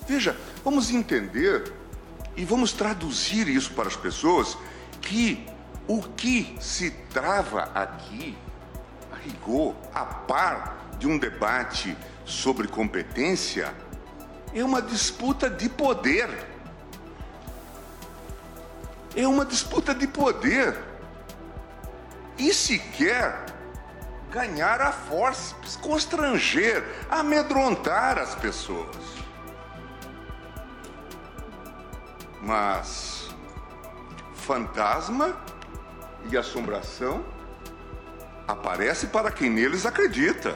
Veja, vamos entender e vamos traduzir isso para as pessoas que o que se trava aqui, a rigor, a par de um debate sobre competência, é uma disputa de poder. É uma disputa de poder. E se quer ganhar a força, constranger, amedrontar as pessoas. Mas fantasma e assombração aparece para quem neles acredita.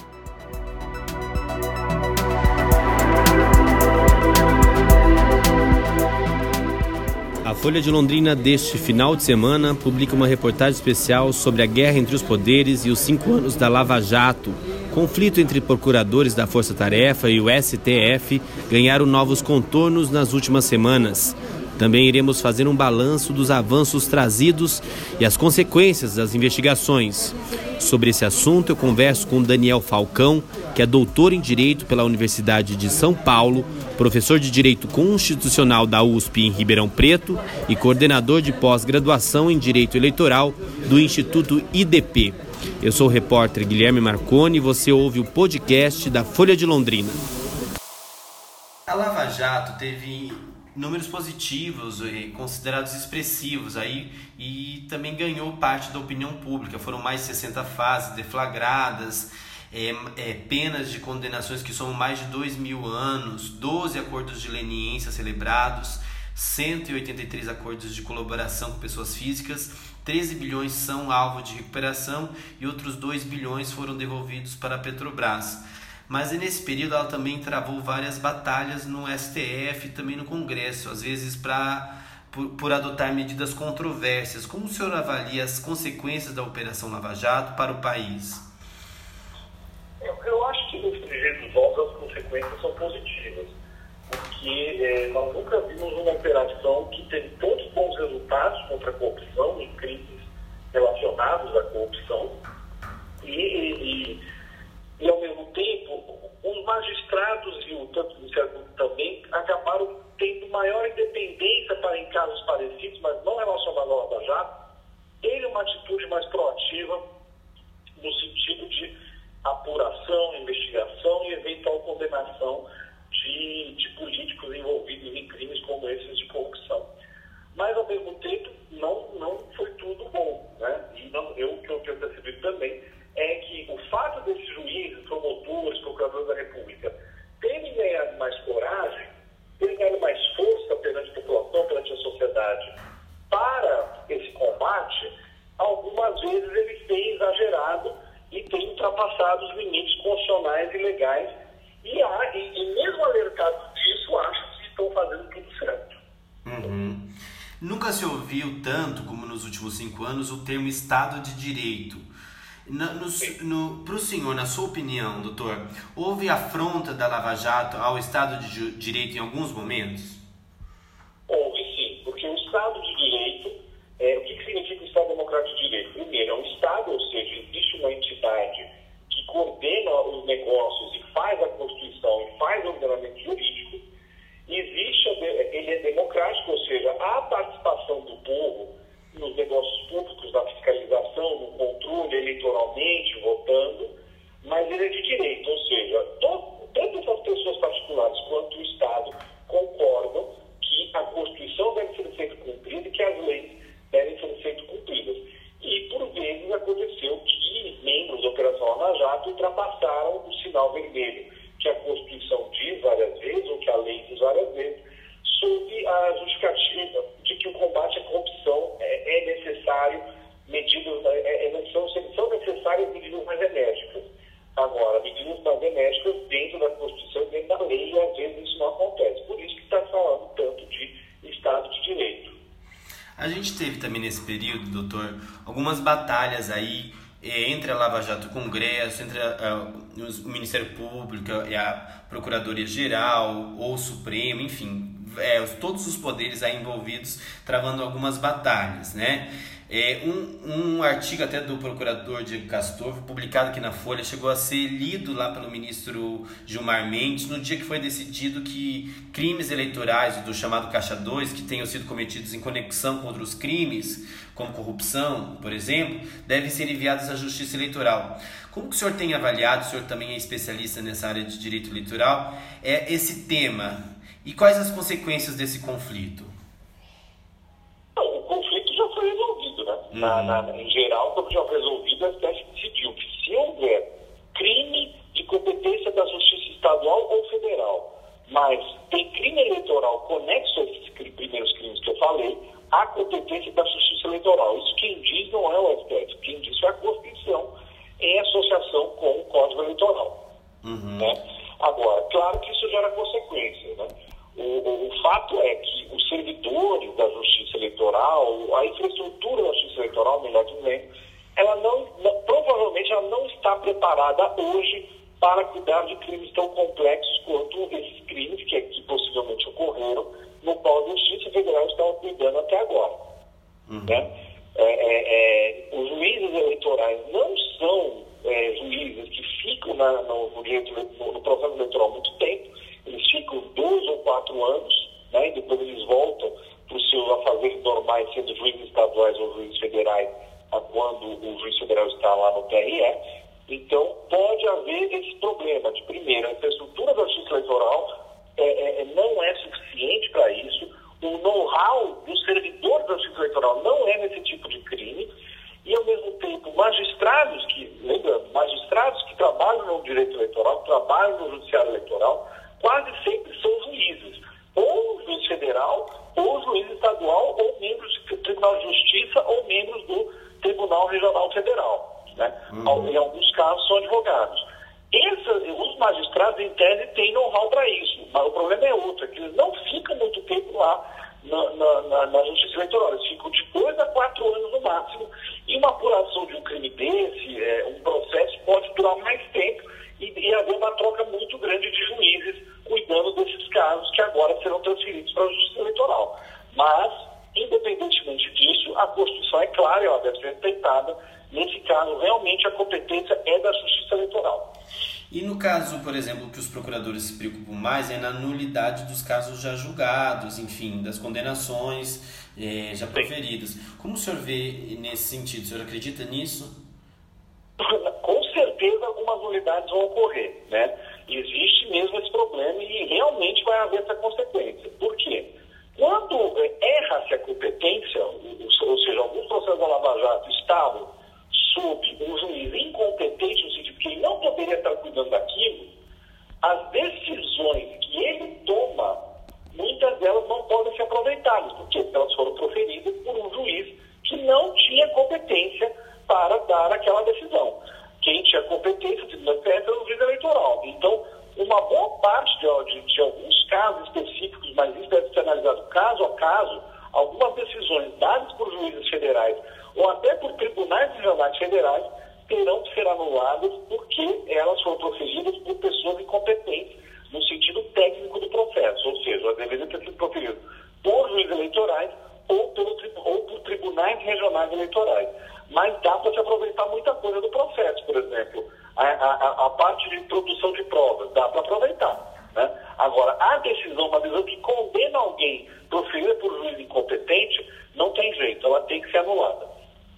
A Folha de Londrina deste final de semana publica uma reportagem especial sobre a guerra entre os poderes e os 5 anos da Lava Jato. Conflito entre procuradores da Força Tarefa e o STF ganharam novos contornos nas últimas semanas. Também iremos fazer um balanço dos avanços trazidos e as consequências das investigações. Sobre esse assunto, eu converso com Daniel Falcão, que é doutor em Direito pela Universidade de São Paulo, professor de Direito Constitucional da USP em Ribeirão Preto e coordenador de pós-graduação em Direito Eleitoral do Instituto IDP. Eu sou o repórter Guilherme Marconi e você ouve o podcast da Folha de Londrina. A Lava Jato teve números positivos, considerados expressivos aí, e também ganhou parte da opinião pública. Foram mais de 60 fases deflagradas, penas de condenações que somam mais de 2.000 anos, 12 acordos de leniência celebrados, 183 acordos de colaboração com pessoas físicas, 13 bilhões são alvo de recuperação e outros 2 bilhões foram devolvidos para a Petrobras. Mas nesse período ela também travou várias batalhas no STF e também no Congresso, às vezes por adotar medidas controversas. Como o senhor avalia as consequências da Operação Lava Jato para o país? Eu acho que, nos primeiros votos, as consequências são positivas, porque nós nunca vimos uma operação que teve tantos bons resultados contra a corrupção e crimes relacionados à corrupção e ao mesmo tempo, os magistrados e o tanto do Ministério Público também acabaram tendo maior independência para, em casos parecidos, mas não relacionados ao Lava Jato, terem uma atitude mais proativa no sentido de apuração, investigação e eventual condenação de políticos envolvidos em crimes como esses de corrupção. Mas, ao mesmo tempo, não foi tudo bom, né? E o que eu tenho percebido também é que o fato desses juízes, promotores, procuradores da República terem ganhado mais coragem, terem ganhado mais força perante a população, perante a sociedade, para esse combate, algumas vezes eles têm exagerado e têm ultrapassado os limites constitucionais e legais e mesmo alertados disso, acham que estão fazendo tudo certo. Uhum. Nunca se ouviu tanto como nos últimos 5 anos o termo Estado de Direito. Para o senhor, na sua opinião, doutor, houve afronta da Lava Jato ao Estado de Direito em alguns momentos? Houve sim, porque o Estado de Direito, o que significa o Estado Democrático de Direito? Primeiro, é um Estado, ou seja, existe uma entidade que coordena os negócios e faz a Constituição e faz o ordenamento jurídico. Ele é democrático, ou seja, há participação do povo nos negócios públicos, na fiscalização, no controle, eleitoralmente, votando, mas ele é de direito, ou seja, tanto as pessoas particulares quanto o Estado concordam que a Constituição deve ser feita cumprida e que as leis devem ser feitas cumpridas. E, por vezes, aconteceu que membros da Operação Lava Jato ultrapassaram o sinal vermelho, que a Constituição diz várias vezes, ou que a lei diz várias vezes, sob a justificativa de que o combate à corrupção é necessário, são necessárias medidas mais enérgicas. Agora, medidas mais enérgicas dentro da Constituição e dentro da lei, e às vezes isso não acontece. Por isso que está falando tanto de Estado de Direito. A gente teve também nesse período, doutor, algumas batalhas aí entre a Lava Jato e o Congresso, entre o Ministério Público e a Procuradoria-Geral ou o Supremo, enfim, todos os poderes aí envolvidos travando algumas batalhas, né? Um artigo até do procurador Diego Castor, publicado aqui na Folha, chegou a ser lido lá pelo ministro Gilmar Mendes no dia que foi decidido que crimes eleitorais do chamado Caixa 2, que tenham sido cometidos em conexão com outros crimes, como corrupção, por exemplo, devem ser enviados à Justiça Eleitoral. Como que o senhor tem avaliado, o senhor também é especialista nessa área de direito eleitoral, esse tema e quais as consequências desse conflito? Em geral, como já foi resolvido, a STF decidiu que se houver crime de competência da Justiça Estadual ou Federal, mas tem crime eleitoral conexo a esses primeiros crimes que eu falei, há competência da Justiça Eleitoral. Isso quem diz não é o STF, quem diz é a Constituição em associação com o Código Eleitoral. Né? Agora, claro que isso gera consequências, né? O fato é que os servidores da Justiça Eleitoral, a infraestrutura da Justiça Eleitoral, melhor dizendo, provavelmente ela não está preparada hoje para cuidar de crimes tão complexos quanto esses crimes que possivelmente ocorreram, no qual a Justiça Federal estava cuidando até agora. Né? Os juízes eleitorais não são juízes que ficam no processo eleitoral há muito tempo. Eles ficam 2 ou 4 anos, né, e depois eles voltam para os seus afazeres normais, sendo juízes estaduais ou juízes federais, quando o juiz federal está lá no TRE. Então, pode haver esse problema de, primeiro, a infraestrutura da Justiça Eleitoral não é suficiente para isso, o know-how dos servidores da Justiça Eleitoral não é nesse tipo de crime, e, ao mesmo tempo, magistrados que trabalham no direito eleitoral, que trabalham no judiciário eleitoral, quase sempre são juízes, ou juiz federal, ou juiz estadual, ou membros do Tribunal de Justiça, ou membros do Tribunal Regional Federal. Né? Em alguns casos são advogados. Os magistrados, em tese, têm know-how para isso, mas o problema é outro, é que eles não ficam muito tempo lá na Justiça Eleitoral, eles ficam de 2 a 4 anos no máximo, e uma apuração de um crime desse, um processo, pode durar mais tempo e haver uma troca muito grande de juízes cuidando desses casos que agora serão transferidos para a Justiça Eleitoral. Mas, independentemente disso, a Constituição é clara e ela deve ser respeitada. Nesse caso, realmente, a competência é da Justiça Eleitoral. E no caso, por exemplo, que os procuradores se preocupam mais é na nulidade dos casos já julgados, enfim, das condenações já proferidas. Como o senhor vê nesse sentido? O senhor acredita nisso? Com certeza algumas nulidades vão ocorrer, né? Existe mesmo esse problema e realmente vai haver essa consequência. Por quê? Quando erra-se a competência, ou seja, alguns processos da Lava Jato estavam sob um juiz incompetente, no sentido que ele não poderia estar cuidando daquilo, as decisões que ele toma, muitas delas não podem ser aproveitadas. Por quê? Porque elas foram proferidas por um juiz que não tinha competência para dar aquela decisão. Quem tinha competência era o juiz eleitoral. Então, uma boa parte de alguns casos específicos, mas isso deve ser analisado caso a caso, algumas decisões dadas por juízes federais ou até por tribunais regionais federais terão que ser anuladas porque elas foram proferidas por pessoas incompetentes no sentido técnico do processo, ou seja, elas deveriam ter sido proferidas por juízes eleitorais ou por tribunais regionais eleitorais. Mas dá para se aproveitar muita coisa do processo, por exemplo, a parte de produção de provas, dá para aproveitar. Né? Agora, uma decisão que condena alguém proferida por juiz incompetente, não tem jeito, ela tem que ser anulada.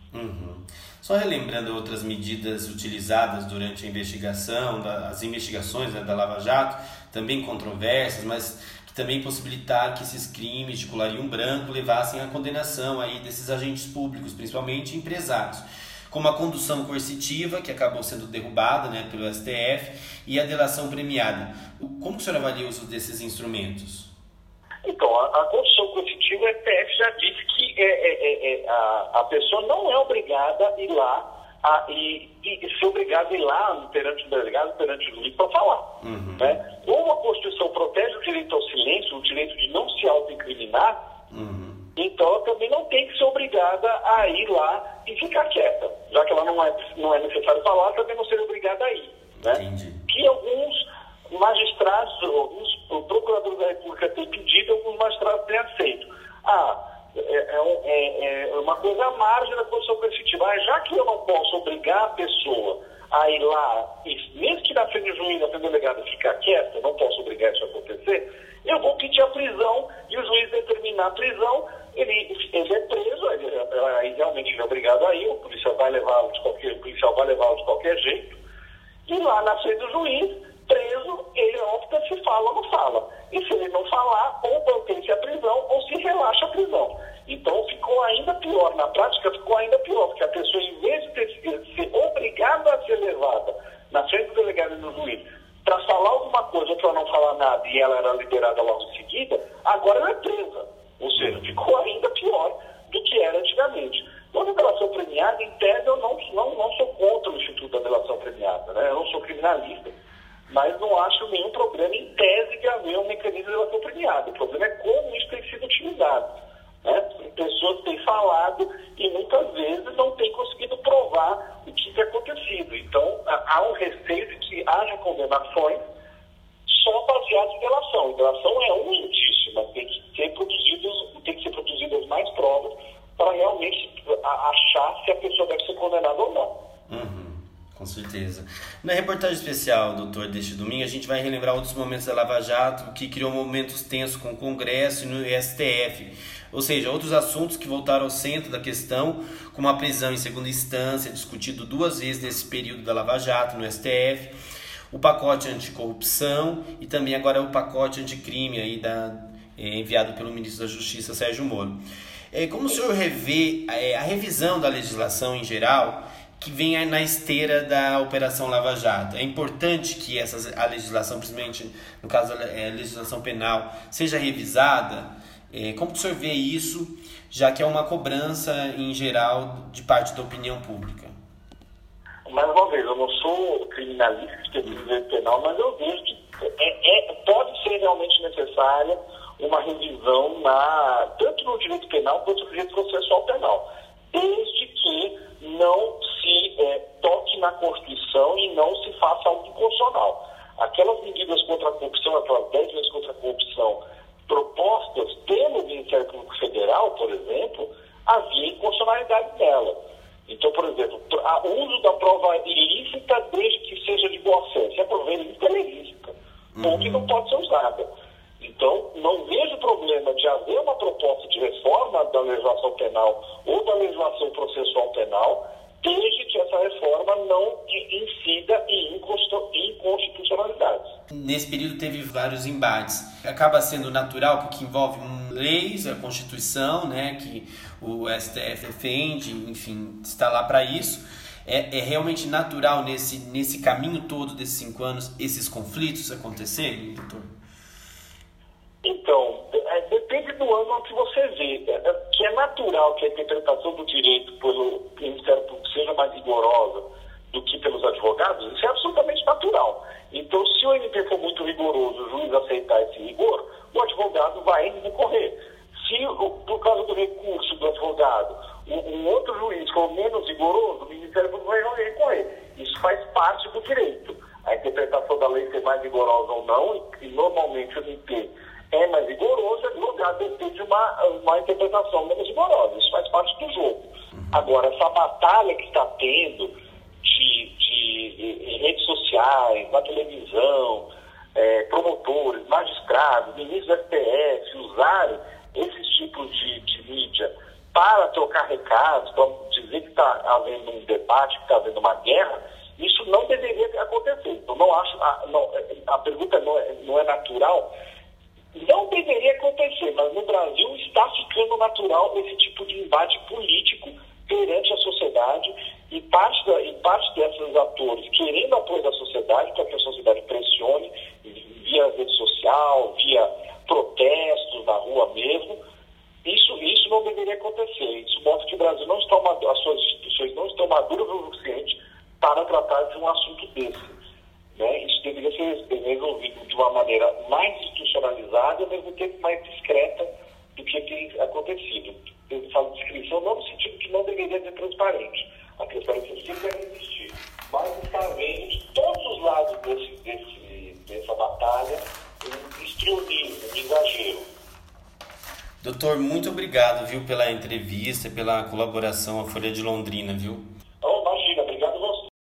Só relembrando outras medidas utilizadas durante a investigação, as investigações, né, da Lava Jato, também controversas, mas que também possibilitaram que esses crimes de colarinho branco levassem à condenação aí desses agentes públicos, principalmente empresários, como a condução coercitiva, que acabou sendo derrubada, né, pelo STF, e a delação premiada. Como o senhor avalia o uso desses instrumentos? Então, a condução coercitiva, o STF já disse que a pessoa não é obrigada a ir lá e ser obrigada a ir lá perante o delegado, perante o juiz para falar. Né? Como a Constituição protege o direito ao silêncio, o direito de não se autoincriminar, então ela também não tem que ser obrigada a ir lá e ficar quieta. Já que ela não é necessário falar, também não seria obrigada a ir. Né? Entendi. Que alguns magistrados, alguns procuradores da República Pública tem pedido, alguns magistrados têm aceito. É uma coisa à margem da condição coercitiva. Já que eu não posso obrigar a pessoa a ir lá, mesmo que na frente do juiz, na frente do delegado ficar quieta, eu não posso obrigar isso a acontecer, eu vou pedir a prisão e o juiz determinar a prisão, ele é preso, aí realmente ele é obrigado a ir, o policial vai levá-lo de qualquer jeito, e lá na frente do juiz, preso, ele opta se fala ou não fala. E se ele não falar, ou mantém-se a prisão, ou se relaxa a prisão. Então ficou ainda pior, na prática ficou ainda pior, porque a pessoa, em vez de ser obrigada a ser levada na frente do delegado e do juiz para falar alguma coisa ou para não falar nada, e ela era liberada logo em seguida, agora ela é presa. Ou seja, ficou ainda pior do que era antigamente. Então, a delação premiada, em tese, eu não sou contra o Instituto da Delação Premiada, né? Eu não sou criminalista, mas não acho nenhum problema, em tese, de haver um mecanismo de delação premiada. O problema é como isso tem sido utilizado, né? Pessoas têm falado e muitas vezes não têm conseguido provar o que tem acontecido. Então, há um receio de que haja condenações só baseadas em delação. Delação é um indício, mas tem que ser produzidas mais provas para realmente achar se a pessoa deve ser condenada ou não. Com certeza. Na reportagem especial, doutor, deste domingo, a gente vai relembrar outros momentos da Lava Jato que criou momentos tensos com o Congresso e no STF. Ou seja, outros assuntos que voltaram ao centro da questão, como a prisão em segunda instância, discutido 2 vezes nesse período da Lava Jato no STF, o pacote anticorrupção e também agora o pacote anticrime aí enviado pelo ministro da Justiça, Sérgio Moro. Como o senhor revê a revisão da legislação em geral que vem na esteira da Operação Lava Jato? É importante que a legislação, principalmente no caso da legislação penal, seja revisada? Como o senhor vê isso, já que é uma cobrança em geral de parte da opinião pública? Mais uma vez, eu não sou criminalista de direito penal, mas eu vejo que pode ser realmente necessária uma revisão tanto no direito penal quanto no direito processual penal, desde que não se toque na Constituição e não se faça algo inconstitucional. Aquelas medidas contra a corrupção, aquelas 10 medidas contra a corrupção propostas pelo Ministério Público Federal, por exemplo, havia inconstitucionalidade nela. Então, por exemplo, o uso da prova ilícita desde que seja de boa fé. Se a prova ilícita, ela é ilícita. Ou que não pode ser usada. Então, não vejo problema de haver uma proposta de reforma da legislação penal ou da legislação processual penal, desde que essa reforma não incida em inconstitucionalidades. Nesse período teve vários embates. Acaba sendo natural porque envolve leis, a Constituição, né, que o STF defende, enfim, está lá para isso. É realmente natural nesse caminho todo desses 5 anos esses conflitos acontecerem, doutor? Então, depende do ângulo que você vê. Que é natural que a interpretação do direito pelo Ministério Público seja mais rigorosa do que pelos advogados, isso é absolutamente natural. Então, se o MP for muito rigoroso, o juiz aceitar esse rigor, o advogado vai recorrer. Se, por causa do recurso do advogado, um outro juiz for menos rigoroso, o Ministério Público vai recorrer. Isso faz parte do direito. A interpretação da lei ser mais rigorosa ou não, e normalmente o MP é mais rigoroso, o advogado depende de uma interpretação menos rigorosa. Isso faz parte do jogo. Agora, essa batalha que está tendo em redes sociais, na televisão, promotores, magistrados, ministros do STF, usarem esses tipos de mídia para trocar recados, para dizer que está havendo um debate, que está havendo uma guerra, isso não deveria acontecer. Então, não acho, a pergunta não é natural. Não deveria acontecer, mas no Brasil está ficando natural esse tipo de embate político perante a sociedade e parte desses atores querendo apoio da sociedade para que a sociedade pressione via rede social, via protestos na rua mesmo. Isso não deveria acontecer. Isso mostra que o Brasil não está as suas instituições não estão maduras o suficiente para tratar de um assunto desse. Né? Isso deveria ser resolvido de uma maneira mais institucionalizada e ao mesmo tempo mais discreta do que tem acontecido. Eu falo discrição não no sentido que não deveria ser transparente. A transparência sempre deve existir. Mas está havendo de todos os lados dessa batalha um histrionismo, um exagero. Doutor, muito obrigado, viu, pela entrevista, pela colaboração à Folha de Londrina, viu?